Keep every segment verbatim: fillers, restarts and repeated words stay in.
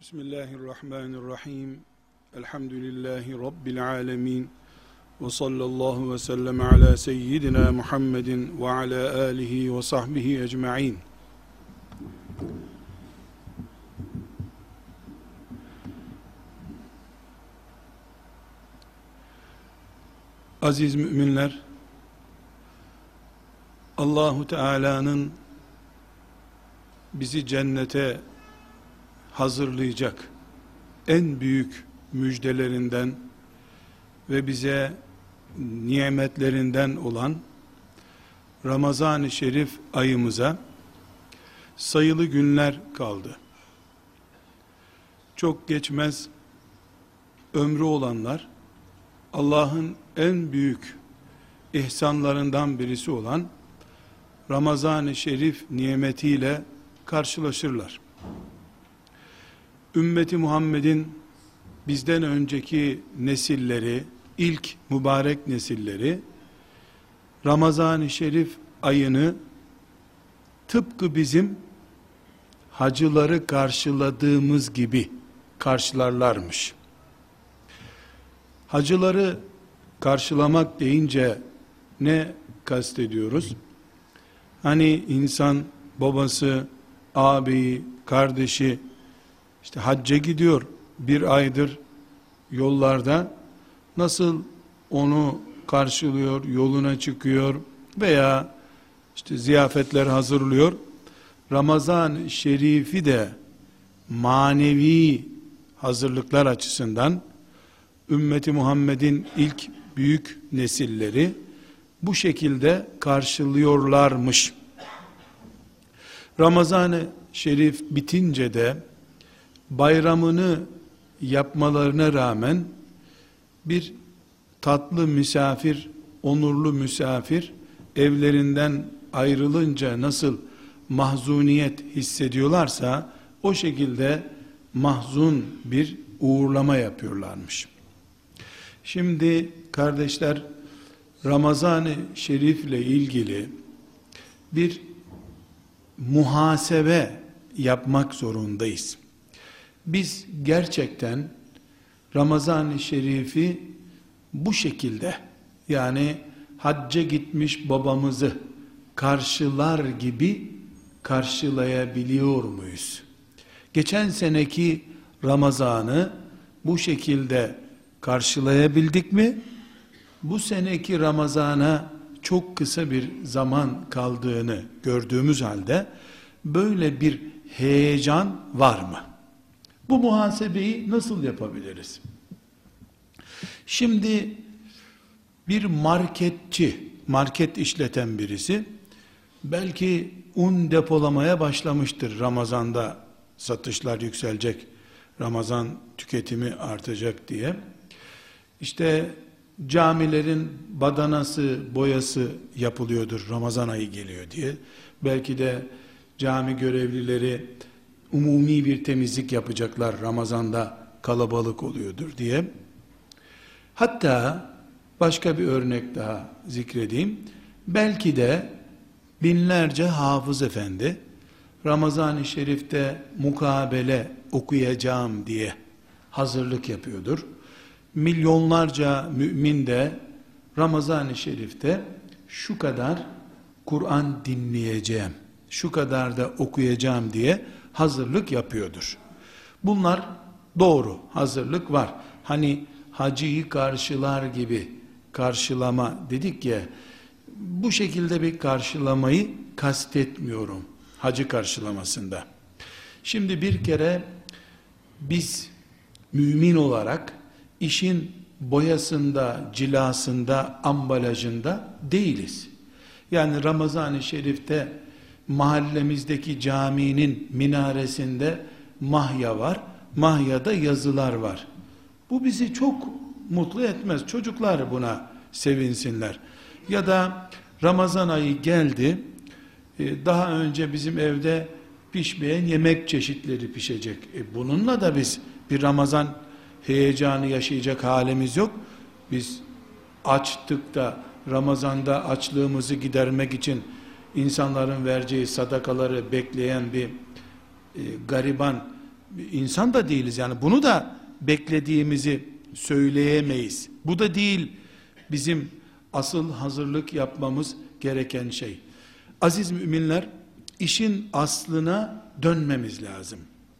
Bismillahirrahmanirrahim. Elhamdülillahi Rabbil alemin. Ve sallallahu ve sellem ala seyyidina Muhammedin ve ala alihi ve sahbihi ecma'in. Aziz müminler, Allahu Teala'nın bizi cennete hazırlayacak en büyük müjdelerinden ve bize nimetlerinden olan Ramazan-ı Şerif ayımıza sayılı günler kaldı. Çok geçmez ömrü olanlar Allah'ın en büyük ihsanlarından birisi olan Ramazan-ı Şerif nimetiyle karşılaşırlar. Ümmeti Muhammed'in bizden önceki nesilleri, ilk mübarek nesilleri Ramazan-ı Şerif ayını tıpkı bizim hacıları karşıladığımız gibi karşılarlarmış. Hacıları karşılamak deyince ne kastediyoruz? Hani insan babası, ağabeyi, kardeşi işte hacca gidiyor, bir aydır yollarda, nasıl onu karşılıyor, yoluna çıkıyor veya işte ziyafetler hazırlıyor. Ramazan-ı Şerif'i de manevi hazırlıklar açısından ümmeti Muhammed'in ilk büyük nesilleri bu şekilde karşılıyorlarmış. Ramazan-ı Şerif bitince de bayramını yapmalarına rağmen bir tatlı misafir, onurlu misafir evlerinden ayrılınca nasıl mahzuniyet hissediyorlarsa o şekilde mahzun bir uğurlama yapıyorlarmış. Şimdi kardeşler, Ramazan-ı Şerif ile ilgili bir muhasebe yapmak zorundayız. Biz gerçekten Ramazan-ı Şerif'i bu şekilde, yani hacca gitmiş babamızı karşılar gibi karşılayabiliyor muyuz? Geçen seneki Ramazan'ı bu şekilde karşılayabildik mi? Bu seneki Ramazan'a çok kısa bir zaman kaldığını gördüğümüz halde böyle bir heyecan var mı? Bu muhasebeyi nasıl yapabiliriz? Şimdi bir marketçi, market işleten birisi belki un depolamaya başlamıştır. Ramazan'da satışlar yükselecek, Ramazan tüketimi artacak diye. İşte camilerin badanası, boyası yapılıyordur, Ramazan ayı geliyor diye. Belki de cami görevlileri umumi bir temizlik yapacaklar, Ramazan'da kalabalık oluyordur diye. Hatta başka bir örnek daha zikredeyim. Belki de binlerce hafız efendi Ramazan-ı Şerif'te mukabele okuyacağım diye hazırlık yapıyordur. Milyonlarca mümin de Ramazan-ı Şerif'te şu kadar Kur'an dinleyeceğim, şu kadar da okuyacağım diye hazırlık yapıyordur. Bunlar doğru, hazırlık var. Hani hacıyı karşılar gibi karşılama dedik ya, bu şekilde bir karşılamayı kastetmiyorum hacı karşılamasında. Şimdi bir kere biz mümin olarak işin boyasında, cilasında, ambalajında değiliz. Yani Ramazan-ı Şerif'te mahallemizdeki caminin minaresinde mahya var, mahyada yazılar var. Bu bizi çok mutlu etmez. Çocuklar buna sevinsinler. Ya da Ramazan ayı geldi, daha önce bizim evde pişmeyen yemek çeşitleri pişecek. E bununla da biz bir Ramazan heyecanı yaşayacak halimiz yok. Biz açtık da Ramazan'da açlığımızı gidermek için insanların vereceği sadakaları bekleyen bir e, gariban insan da değiliz, yani bunu da beklediğimizi söyleyemeyiz. Bu da değil bizim asıl hazırlık yapmamız gereken şey. Aziz müminler, işin aslına dönmemiz lazım.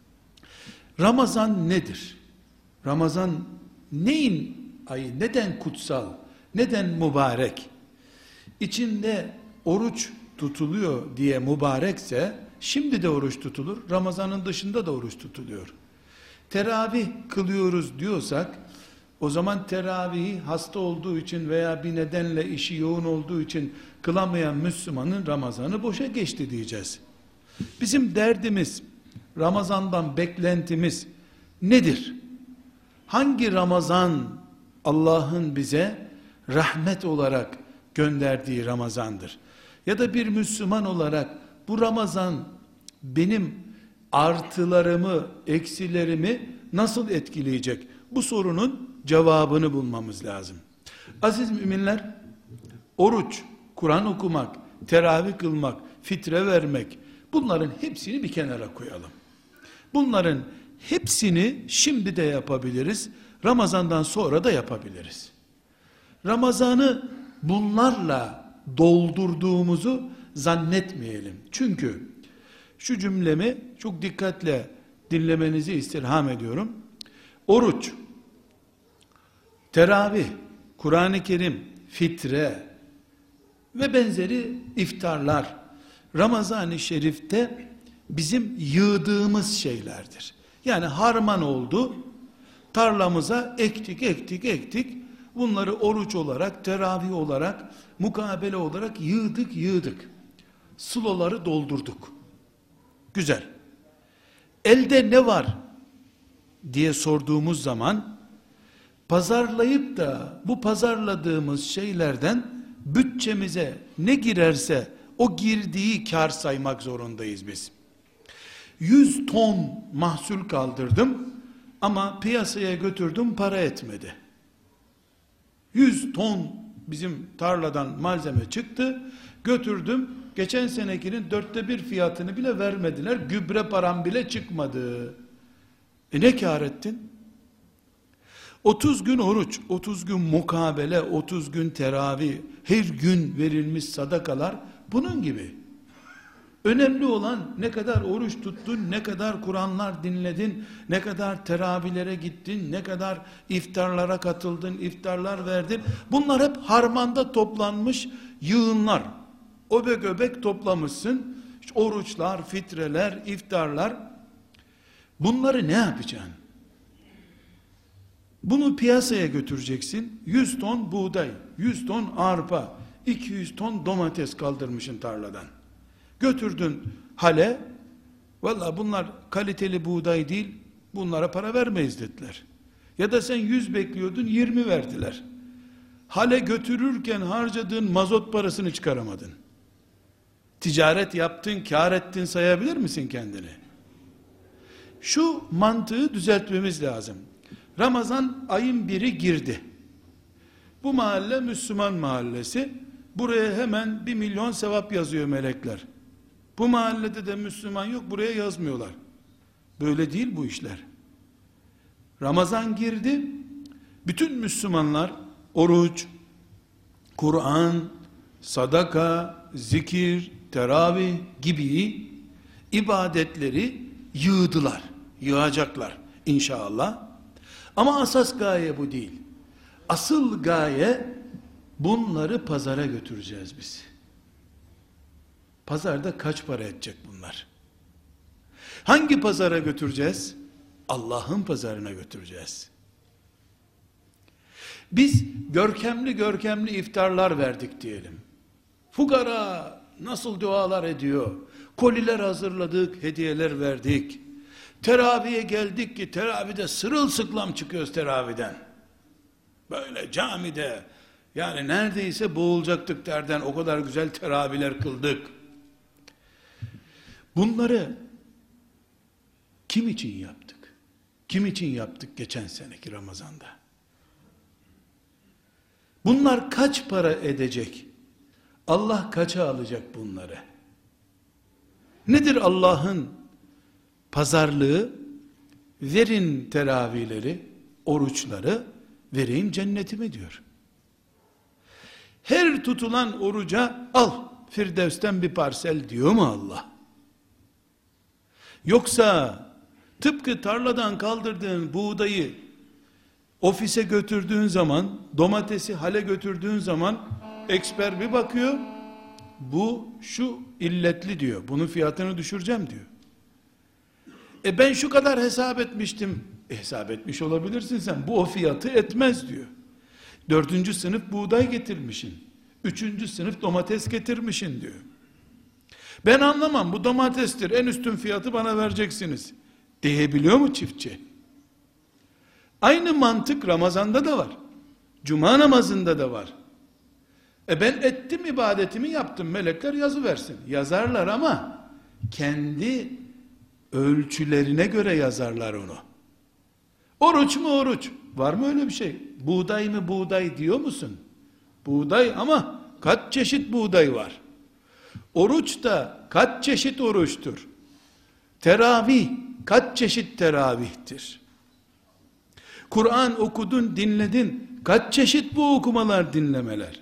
Ramazan nedir? Ramazan neyin ayı? Neden kutsal? Neden mübarek? İçinde oruç tutuluyor diye mübarekse, şimdi de oruç tutulur, Ramazanın dışında da oruç tutuluyor. Teravih kılıyoruz diyorsak, o zaman teravihi hasta olduğu için veya bir nedenle işi yoğun olduğu için kılamayan Müslümanın Ramazanı boşa geçti diyeceğiz. Bizim derdimiz, Ramazan'dan beklentimiz nedir? Hangi Ramazan Allah'ın bize rahmet olarak gönderdiği Ramazan'dır? Ya da bir Müslüman olarak bu Ramazan benim artılarımı, eksilerimi nasıl etkileyecek? Bu sorunun cevabını bulmamız lazım. Aziz müminler, oruç, Kur'an okumak, teravih kılmak, fitre vermek, bunların hepsini bir kenara koyalım. Bunların hepsini şimdi de yapabiliriz, Ramazan'dan sonra da yapabiliriz. Ramazan'ı bunlarla doldurduğumuzu zannetmeyelim. Çünkü şu cümlemi çok dikkatle dinlemenizi istirham ediyorum. Oruç, teravih, Kur'an-ı Kerim, fitre ve benzeri iftarlar Ramazan-ı Şerif'te bizim yığdığımız şeylerdir. Yani harman oldu, tarlamıza ektik, ektik, ektik. Bunları oruç olarak, teravih olarak, mukabele olarak yığdık, yığdık. Suloları doldurduk. Güzel. Elde ne var diye sorduğumuz zaman, pazarlayıp da bu pazarladığımız şeylerden bütçemize ne girerse o girdiği kar saymak zorundayız biz. yüz ton mahsul kaldırdım ama piyasaya götürdüm, para etmedi. yüz ton bizim tarladan malzeme çıktı, götürdüm, geçen senekinin dörtte bir fiyatını bile vermediler, gübre param bile çıkmadı. E ne kar ettin? otuz gün oruç, otuz gün mukabele, otuz gün teravih, her gün verilmiş sadakalar bunun gibi. Önemli olan ne kadar oruç tuttun, ne kadar Kur'anlar dinledin, ne kadar teravihlere gittin, ne kadar iftarlara katıldın, iftarlar verdin. Bunlar hep harmanda toplanmış yığınlar. Öbek öbek toplamışsın. İşte oruçlar, fitreler, iftarlar. Bunları ne yapacaksın? Bunu piyasaya götüreceksin. yüz ton buğday, yüz ton arpa, iki yüz ton domates kaldırmışsın tarladan. Götürdün hale, vallahi bunlar kaliteli buğday değil, bunlara para vermeyiz dediler. Ya da sen yüz bekliyordun, yirmi verdiler. Hale götürürken harcadığın mazot parasını çıkaramadın. Ticaret yaptın, kar ettin sayabilir misin kendini? Şu mantığı düzeltmemiz lazım. Ramazan ayın biri girdi. Bu mahalle Müslüman mahallesi. Buraya hemen bir milyon sevap yazıyor melekler. Bu mahallede de Müslüman yok, buraya yazmıyorlar. Böyle değil bu işler. Ramazan girdi. Bütün Müslümanlar oruç, Kur'an, sadaka, zikir, teravih gibi ibadetleri yığdılar. Yığacaklar inşallah. Ama asas gaye bu değil. Asıl gaye bunları pazara götüreceğiz biz. Pazarda kaç para edecek bunlar? Hangi pazara götüreceğiz? Allah'ın pazarına götüreceğiz. Biz görkemli görkemli iftarlar verdik diyelim. Fukara nasıl dualar ediyor? Koliler hazırladık, hediyeler verdik. Teraviye geldik ki teravide sırılsıklam çıkıyoruz teraviden. Böyle camide yani neredeyse boğulacaktık derden o kadar güzel teravihler kıldık. Bunları kim için yaptık? Kim için yaptık geçen seneki Ramazan'da? Bunlar kaç para edecek? Allah kaça alacak bunları? Nedir Allah'ın pazarlığı? verin teravihleri, oruçları, vereyim cennetimi diyor. Her tutulan oruca al Firdevs'ten bir parsel diyor mu Allah? Yoksa tıpkı tarladan kaldırdığın buğdayı ofise götürdüğün zaman, domatesi hale götürdüğün zaman eksper bir bakıyor, bu şu illetli diyor, bunun fiyatını düşüreceğim diyor. E ben şu kadar hesap etmiştim. E hesap etmiş olabilirsin sen, bu o fiyatı etmez diyor. Dördüncü sınıf buğday getirmişsin, üçüncü sınıf domates getirmişsin diyor. Ben anlamam, bu domatestir, en üstün fiyatı bana vereceksiniz diyebiliyor mu çiftçi? Aynı mantık Ramazan'da da var. Cuma namazında da var. E ben ettim, ibadetimi yaptım, melekler yazı versin. Yazarlar ama kendi ölçülerine göre yazarlar onu. Oruç mu oruç? Var mı öyle bir şey? Buğday mı buğday diyor musun? Buğday ama kaç çeşit buğday var? Oruç da kaç çeşit oruçtur? Teravih kaç çeşit teravihtir? Kur'an okudun, dinledin. Kaç çeşit bu okumalar, dinlemeler?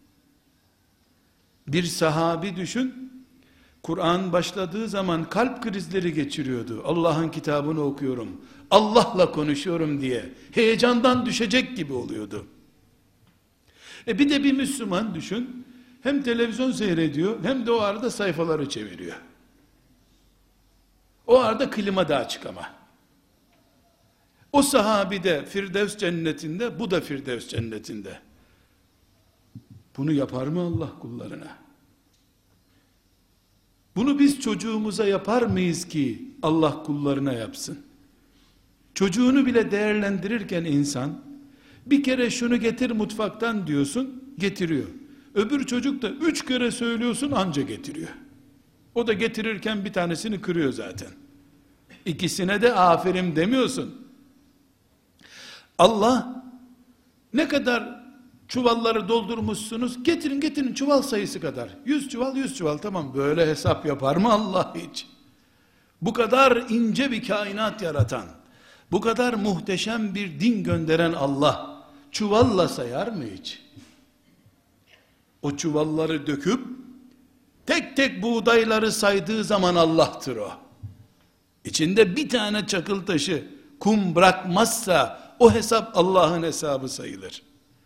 Bir sahabi düşün, Kur'an başladığı zaman kalp krizleri geçiriyordu. Allah'ın kitabını okuyorum, Allah'la konuşuyorum diye. Heyecandan düşecek gibi oluyordu. E bir de bir Müslüman düşün, hem televizyon seyrediyor, hem de o arada sayfaları çeviriyor. O arada klima da açık ama. O sahabi de Firdevs cennetinde, bu da Firdevs cennetinde. Bunu yapar mı Allah kullarına? Bunu biz çocuğumuza yapar mıyız ki Allah kullarına yapsın? Çocuğunu bile değerlendirirken insan, bir kere şunu getir mutfaktan diyorsun, getiriyor. Öbür çocuk da üç kere söylüyorsun, anca getiriyor. O da getirirken bir tanesini kırıyor zaten. İkisine de aferin demiyorsun. Allah, ne kadar çuvalları doldurmuşsunuz, getirin getirin çuval sayısı kadar. Yüz çuval yüz çuval, tamam, böyle hesap yapar mı Allah hiç? Bu kadar ince bir kainat yaratan, bu kadar muhteşem bir din gönderen Allah, çuvalla sayar mı hiç? O çuvalları döküp, tek tek buğdayları saydığı zaman Allah'tır o. İçinde bir tane çakıl taşı, kum bırakmazsa, o hesap Allah'ın hesabı sayılır.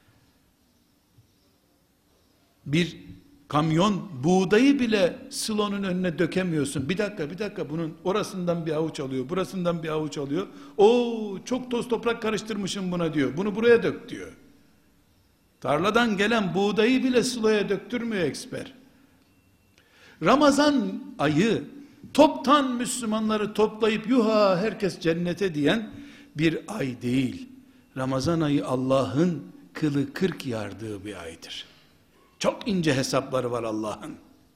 Bir kamyon buğdayı bile silonun önüne dökemiyorsun. Bir dakika, bir dakika, bunun orasından bir avuç alıyor, burasından bir avuç alıyor. Oo, çok toz toprak karıştırmışım buna diyor. Bunu buraya dök diyor. Tarladan gelen buğdayı bile siloya döktürmüyor eksper. Ramazan ayı toptan Müslümanları toplayıp yuha herkes cennete diyen bir ay değil. Ramazan ayı Allah'ın kılı kırk yardığı bir aydır. Çok ince hesapları var Allah'ın.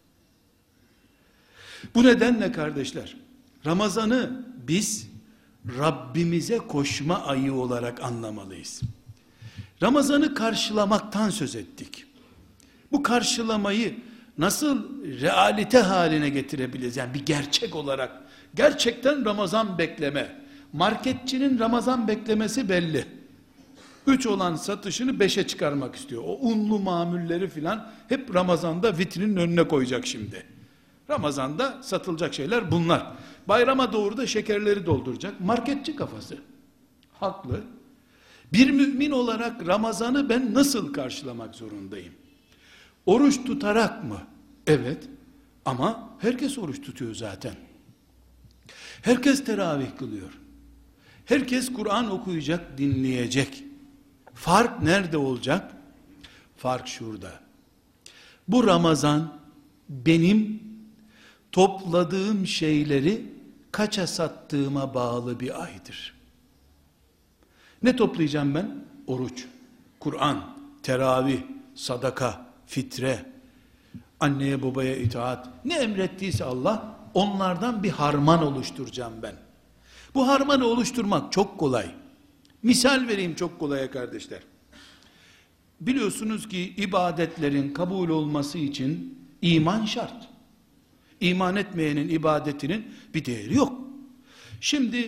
Bu nedenle kardeşler, Ramazan'ı biz Rabbimize koşma ayı olarak anlamalıyız. Ramazan'ı karşılamaktan söz ettik. Bu karşılamayı nasıl realite haline getirebiliriz? Yani bir gerçek olarak, gerçekten Ramazan bekleme. Marketçinin Ramazan beklemesi belli. Üç olan satışını beşe çıkarmak istiyor. O unlu mamulleri filan hep Ramazan'da vitrinin önüne koyacak şimdi. Ramazan'da satılacak şeyler bunlar. Bayrama doğru da şekerleri dolduracak. Marketçi kafası. Haklı. Bir mümin olarak Ramazan'ı ben nasıl karşılamak zorundayım? Oruç tutarak mı? Evet. Ama herkes oruç tutuyor zaten. Herkes teravih kılıyor. Herkes Kur'an okuyacak, dinleyecek. Fark nerede olacak? Fark şurada. Bu Ramazan benim topladığım şeyleri kaça sattığıma bağlı bir aydır. Ne toplayacağım ben? Oruç, Kur'an, teravih, sadaka, fitre, anneye babaya itaat, ne emrettiyse Allah, onlardan bir harman oluşturacağım ben. Bu harmanı oluşturmak çok kolay. Misal vereyim çok kolaya kardeşler. Biliyorsunuz ki ibadetlerin kabul olması için iman şart. İman etmeyenin ibadetinin bir değeri yok. Şimdi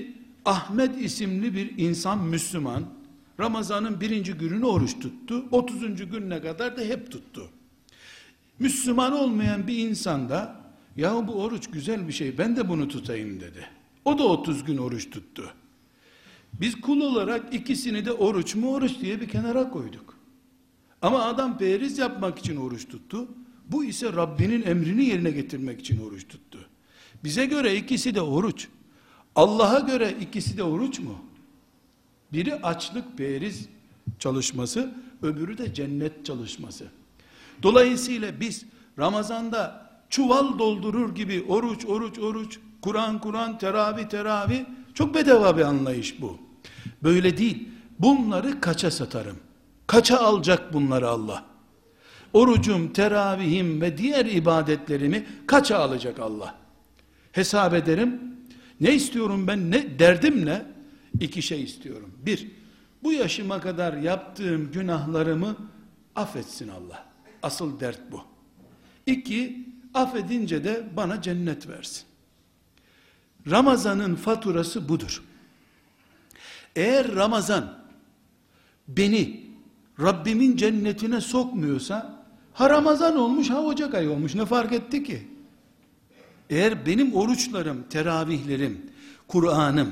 Ahmet isimli bir insan, Müslüman, Ramazan'ın birinci gününü oruç tuttu. otuzuncu gününe kadar da hep tuttu. Müslüman olmayan bir insan da, ya bu oruç güzel bir şey, ben de bunu tutayım dedi. O da otuz gün oruç tuttu. Biz kul olarak ikisini de oruç mu oruç diye bir kenara koyduk. Ama adam periz yapmak için oruç tuttu. Bu ise Rabbinin emrini yerine getirmek için oruç tuttu. Bize göre ikisi de oruç. Allah'a göre ikisi de oruç mu? Biri açlık, periz çalışması, öbürü de cennet çalışması. Dolayısıyla biz Ramazan'da çuval doldurur gibi oruç, oruç, oruç, Kur'an, Kur'an, teravih, teravih, çok bedava bir anlayış bu. Böyle değil. Bunları kaça satarım? Kaça alacak bunları Allah? Orucum, teravihim ve diğer ibadetlerimi kaça alacak Allah? Hesap ederim. Ne istiyorum ben? Ne derdim ne? İki şey istiyorum. Bir, bu yaşıma kadar yaptığım günahlarımı affetsin Allah. Asıl dert bu. İki, affedince de bana cennet versin. Ramazan'ın faturası budur. Eğer Ramazan beni Rabbimin cennetine sokmuyorsa, ha Ramazan olmuş, ha Ocak ayı olmuş, ne fark etti ki? Eğer benim oruçlarım, teravihlerim, Kur'an'ım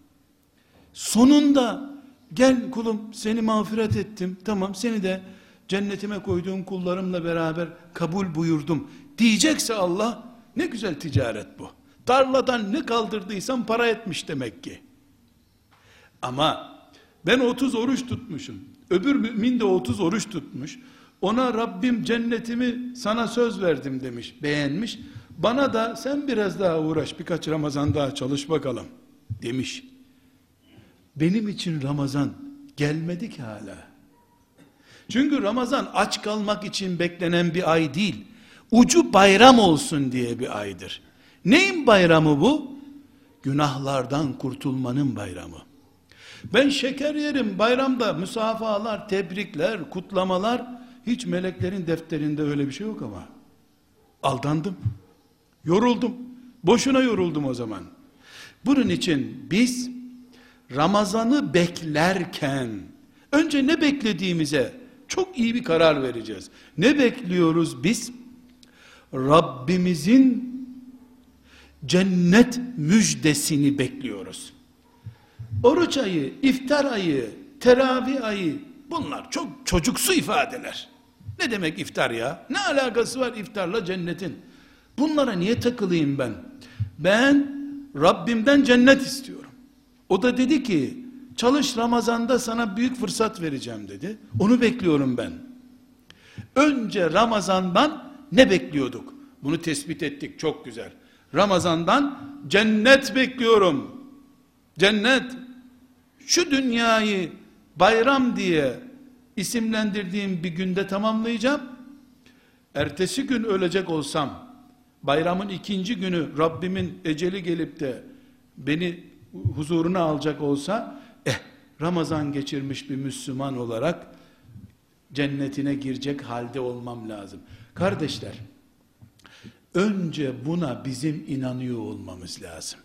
sonunda gel kulum seni mağfiret ettim, tamam seni de cennetime koyduğum kullarımla beraber kabul buyurdum diyecekse Allah, ne güzel ticaret bu. Tarladan ne kaldırdıysam para etmiş demek ki. Ama ben otuz oruç tutmuşum, öbür mümin de otuz oruç tutmuş, ona Rabbim cennetimi sana söz verdim demiş, beğenmiş, bana da sen biraz daha uğraş, birkaç Ramazan daha çalış bakalım demiş. Benim için Ramazan gelmedi ki hala. Çünkü Ramazan aç kalmak için beklenen bir ay değil, ucu bayram olsun diye bir aydır. Neyin bayramı bu? Günahlardan kurtulmanın bayramı. Ben şeker yerim bayramda, müsafahalar, tebrikler, kutlamalar, hiç meleklerin defterinde öyle bir şey yok ama. Aldandım. Yoruldum. Boşuna yoruldum o zaman. Bunun için biz Ramazan'ı beklerken önce ne beklediğimize çok iyi bir karar vereceğiz. Ne bekliyoruz biz? Rabbimizin cennet müjdesini bekliyoruz. Oruç ayı, iftar ayı, teravih ayı, bunlar çok çocuksu ifadeler. Ne demek iftar ya? Ne alakası var iftarla cennetin? Bunlara niye takılayım ben? Ben Rabbimden cennet istiyorum. O da dedi ki, çalış Ramazan'da sana büyük fırsat vereceğim dedi. Onu bekliyorum ben. Önce Ramazan'dan ne bekliyorduk? Bunu tespit ettik, çok güzel. Ramazan'dan cennet bekliyorum. Cennet, şu dünyayı bayram diye isimlendirdiğim bir günde tamamlayacağım. Ertesi gün ölecek olsam, bayramın ikinci günü Rabbimin eceli gelip de beni huzuruna alacak olsa, eh Ramazan geçirmiş bir Müslüman olarak cennetine girecek halde olmam lazım. Kardeşler, önce buna bizim inanıyor olmamız lazım.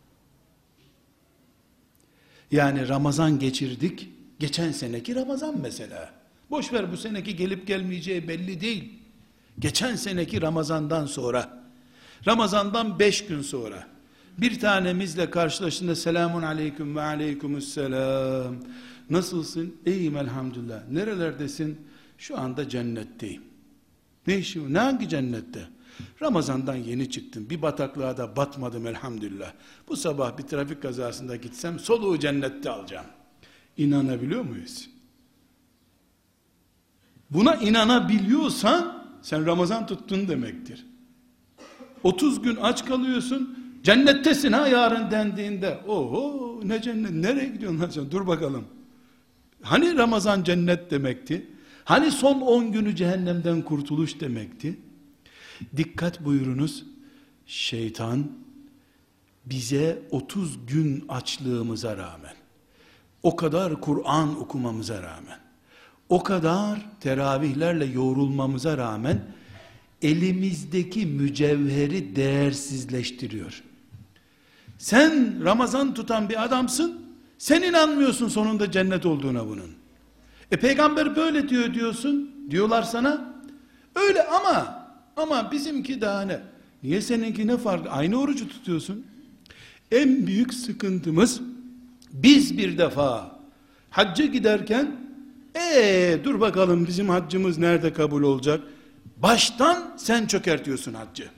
Yani Ramazan geçirdik, geçen seneki Ramazan mesela. Boş ver, bu seneki gelip gelmeyeceği belli değil. Geçen seneki Ramazan'dan sonra, Ramazan'dan beş gün sonra, bir tanemizle karşılaştığında selamun aleyküm ve aleykümüsselam. Nasılsın? İyiyim elhamdülillah. Nerelerdesin? Şu anda cennetteyim. Ne işi? Ne hangi cennette? Ramazan'dan yeni çıktım. Bir bataklığa da batmadım elhamdülillah. Bu sabah bir trafik kazasında gitsem soluğu cennette alacağım. İnanabiliyor muyuz? Buna inanabiliyorsan sen Ramazan tuttun demektir. otuz gün aç kalıyorsun, cennettesin ha yarın dendiğinde, oho ne cennet, nereye gidiyorsun lan? Dur bakalım. Hani Ramazan cennet demekti? Hani son on günü cehennemden kurtuluş demekti? Dikkat buyurunuz, şeytan bize otuz gün açlığımıza rağmen, o kadar Kur'an okumamıza rağmen, o kadar teravihlerle yoğrulmamıza rağmen elimizdeki mücevheri değersizleştiriyor. Sen Ramazan tutan bir adamsın, sen inanmıyorsun sonunda cennet olduğuna bunun. E peygamber böyle diyor diyorsun, diyorlar sana. Öyle ama, ama bizimki daha ne? Niye seninki ne farkı? Aynı orucu tutuyorsun. En büyük sıkıntımız, biz bir defa hacca giderken, ee dur bakalım bizim haccımız nerede kabul olacak? Baştan sen çökertiyorsun haccı.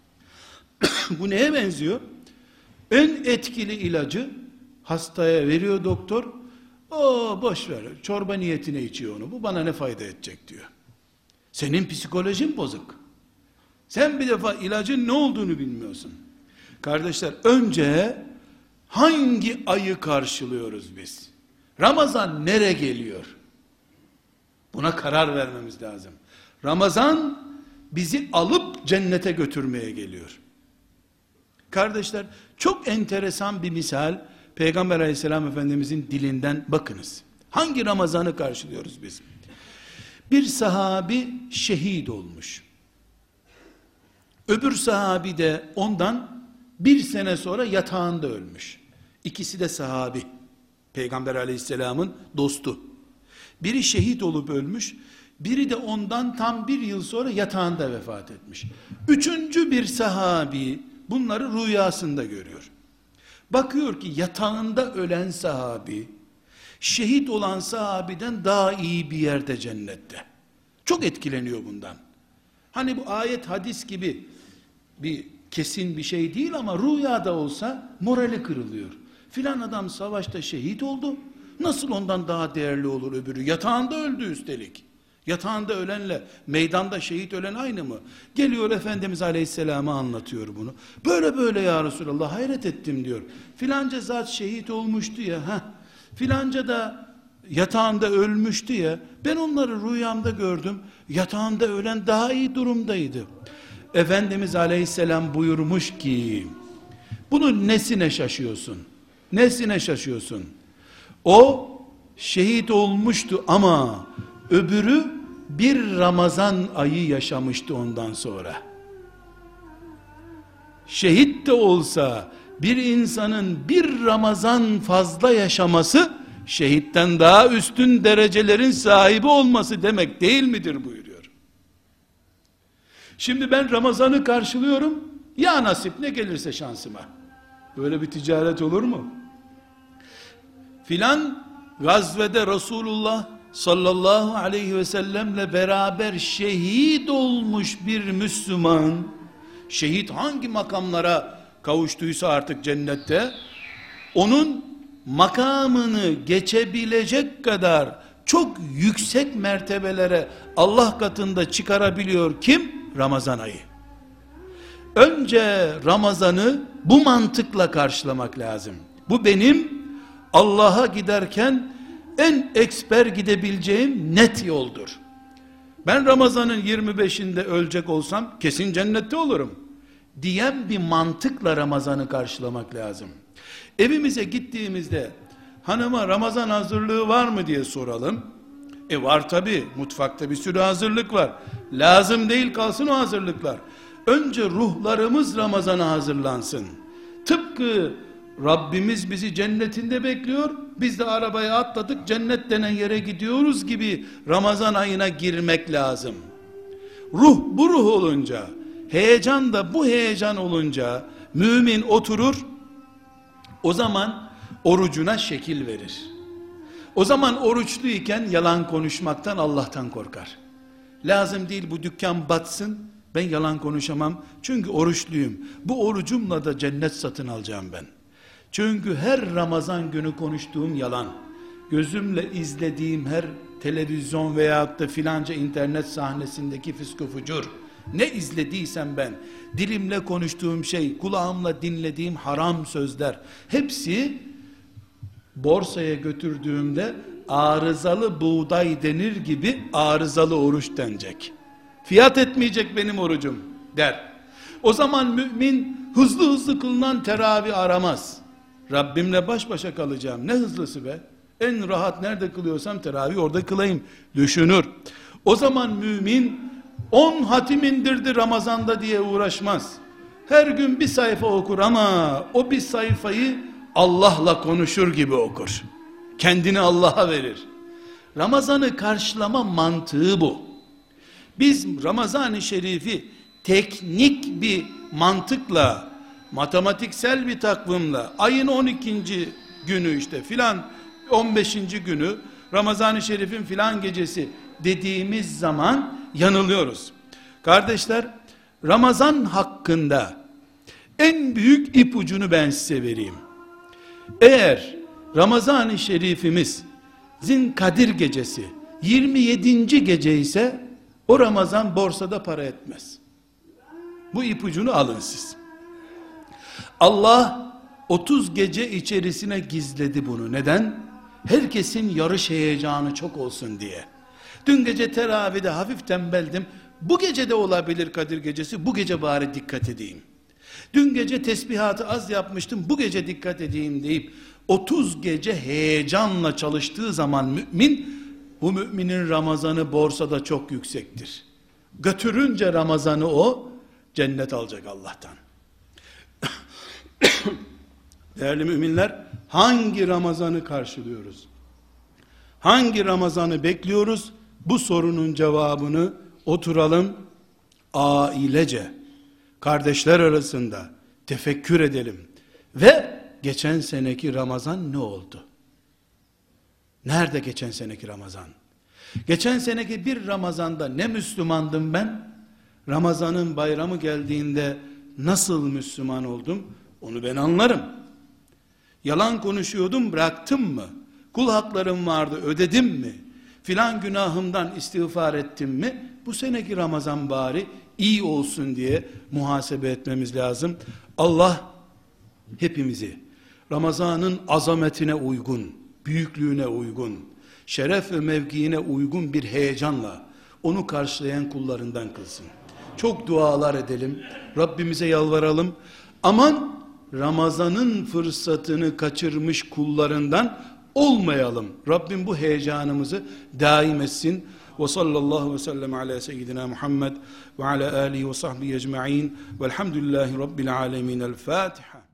Bu neye benziyor? En etkili ilacı hastaya veriyor doktor. O boş ver, çorba niyetine içiyor onu. Bu bana ne fayda edecek diyor. Senin psikolojin bozuk. Sen bir defa ilacın ne olduğunu bilmiyorsun. Kardeşler, önce hangi ayı karşılıyoruz biz? Ramazan nere geliyor? Buna karar vermemiz lazım. Ramazan bizi alıp cennete götürmeye geliyor. Kardeşler, çok enteresan bir misal, Peygamber aleyhisselam efendimizin dilinden bakınız. Hangi Ramazan'ı karşılıyoruz biz? Bir sahabi şehit olmuş. Öbür sahabi de ondan bir sene sonra yatağında ölmüş. İkisi de sahabi. Peygamber aleyhisselamın dostu. Biri şehit olup ölmüş, biri de ondan tam bir yıl sonra yatağında vefat etmiş. Üçüncü bir sahabi bunları rüyasında görüyor. Bakıyor ki yatağında ölen sahabi, şehit olan sahabiden daha iyi bir yerde cennette. Çok etkileniyor bundan. Hani bu ayet hadis gibi bir kesin bir şey değil ama rüyada olsa morali kırılıyor. Filan adam savaşta şehit oldu. Nasıl ondan daha değerli olur öbürü? Yatağında öldü üstelik. Yatağında ölenle meydanda şehit ölen aynı mı? Geliyor Efendimiz Aleyhisselam'a anlatıyor bunu. Böyle böyle ya Resulallah, hayret ettim diyor. Filanca zat şehit olmuştu ya. Heh. Filanca da yatağında ölmüştü ya. Ben onları rüyamda gördüm. Yatağında ölen daha iyi durumdaydı. Efendimiz Aleyhisselam buyurmuş ki, bunun nesine şaşıyorsun? Nesine şaşıyorsun? O şehit olmuştu ama öbürü bir Ramazan ayı yaşamıştı ondan sonra. Şehit de olsa bir insanın bir Ramazan fazla yaşaması, şehitten daha üstün derecelerin sahibi olması demek değil midir buyuruyor. Şimdi ben Ramazan'ı karşılıyorum, ya nasip ne gelirse şansıma. Böyle bir ticaret olur mu? Filan gazvede Resulullah sallallahu aleyhi ve sellemle beraber şehit olmuş bir Müslüman, şehit hangi makamlara kavuştuysa artık cennette, onun makamını geçebilecek kadar çok yüksek mertebelere Allah katında çıkarabiliyor kim? Ramazan ayı. Önce Ramazan'ı bu mantıkla karşılamak lazım. Bu benim Allah'a giderken en eksper gidebileceğim net yoldur. Ben Ramazan'ın yirmi beşinde ölecek olsam kesin cennette olurum diyen bir mantıkla Ramazan'ı karşılamak lazım. Evimize gittiğimizde hanıma Ramazan hazırlığı var mı diye soralım. E var tabi, mutfakta bir sürü hazırlık var. Lazım değil kalsın o hazırlıklar. Önce ruhlarımız Ramazan'a hazırlansın. Tıpkı Rabbimiz bizi cennetinde bekliyor, biz de arabaya atladık cennet denen yere gidiyoruz gibi Ramazan ayına girmek lazım. Ruh bu ruh olunca, heyecan da bu heyecan olunca mümin oturur, o zaman orucuna şekil verir. O zaman oruçluyken yalan konuşmaktan Allah'tan korkar. Lazım değil bu dükkan batsın, ben yalan konuşamam çünkü oruçluyum. Bu orucumla da cennet satın alacağım ben. Çünkü her Ramazan günü konuştuğum yalan, gözümle izlediğim her televizyon veyahut da filanca internet sahnesindeki fisko fucur, ne izlediysem ben, dilimle konuştuğum şey, kulağımla dinlediğim haram sözler, hepsi borsaya götürdüğümde arızalı buğday denir gibi arızalı oruç denecek. Fiyat etmeyecek benim orucum der. O zaman mümin hızlı hızlı kılınan teravih aramaz. Rabbimle baş başa kalacağım. Ne hızlısı be? En rahat nerede kılıyorsam teravih orada kılayım düşünür. O zaman mümin on hatim indirdi Ramazan'da diye uğraşmaz. her gün bir sayfa okur ama o bir sayfayı Allah'la konuşur gibi okur. Kendini Allah'a verir. Ramazan'ı karşılama mantığı bu. Biz Ramazan-ı Şerif'i teknik bir mantıkla, matematiksel bir takvimle, ayın on ikinci günü işte filan, on beşinci günü Ramazan-ı Şerif'in filan gecesi dediğimiz zaman yanılıyoruz. Kardeşler, Ramazan hakkında en büyük ipucunu ben size vereyim. Eğer Ramazan-ı Şerifimizin Kadir gecesi yirmi yedinci gece ise o Ramazan borsada para etmez. Bu ipucunu alın siz. Allah otuz gece içerisine gizledi bunu. Neden? Herkesin yarış heyecanı çok olsun diye. Dün gece teravide hafif tembeldim. Bu gece de olabilir Kadir gecesi. Bu gece bari dikkat edeyim. Dün gece tesbihatı az yapmıştım. Bu gece dikkat edeyim deyip otuz gece heyecanla çalıştığı zaman mümin, bu müminin Ramazanı borsada çok yüksektir. Götürünce Ramazanı o cennet alacak Allah'tan. Değerli müminler, hangi Ramazan'ı karşılıyoruz? Hangi Ramazan'ı bekliyoruz? Bu sorunun cevabını oturalım, ailece, kardeşler arasında tefekkür edelim. Ve geçen seneki Ramazan ne oldu? Nerede geçen seneki Ramazan? Geçen seneki bir Ramazan'da ne Müslümandım ben? Ramazan'ın bayramı geldiğinde nasıl Müslüman oldum? Onu ben anlarım. Yalan konuşuyordum, bıraktım mı? Kul haklarım vardı, ödedim mi? Filan günahımdan istiğfar ettim mi? Bu seneki Ramazan bari iyi olsun diye muhasebe etmemiz lazım. Allah hepimizi Ramazan'ın azametine uygun, büyüklüğüne uygun, şeref ve mevkiine uygun bir heyecanla onu karşılayan kullarından kılsın. Çok dualar edelim, Rabbimize yalvaralım. Aman Ramazan'ın fırsatını kaçırmış kullarından olmayalım. Rabbim bu heyecanımızı daim etsin. Ve sallallahu ve sellem ala seyyidina Muhammed ve ala alihi ve sahbihi ecma'in velhamdülillahi rabbil alemin. El Fatiha.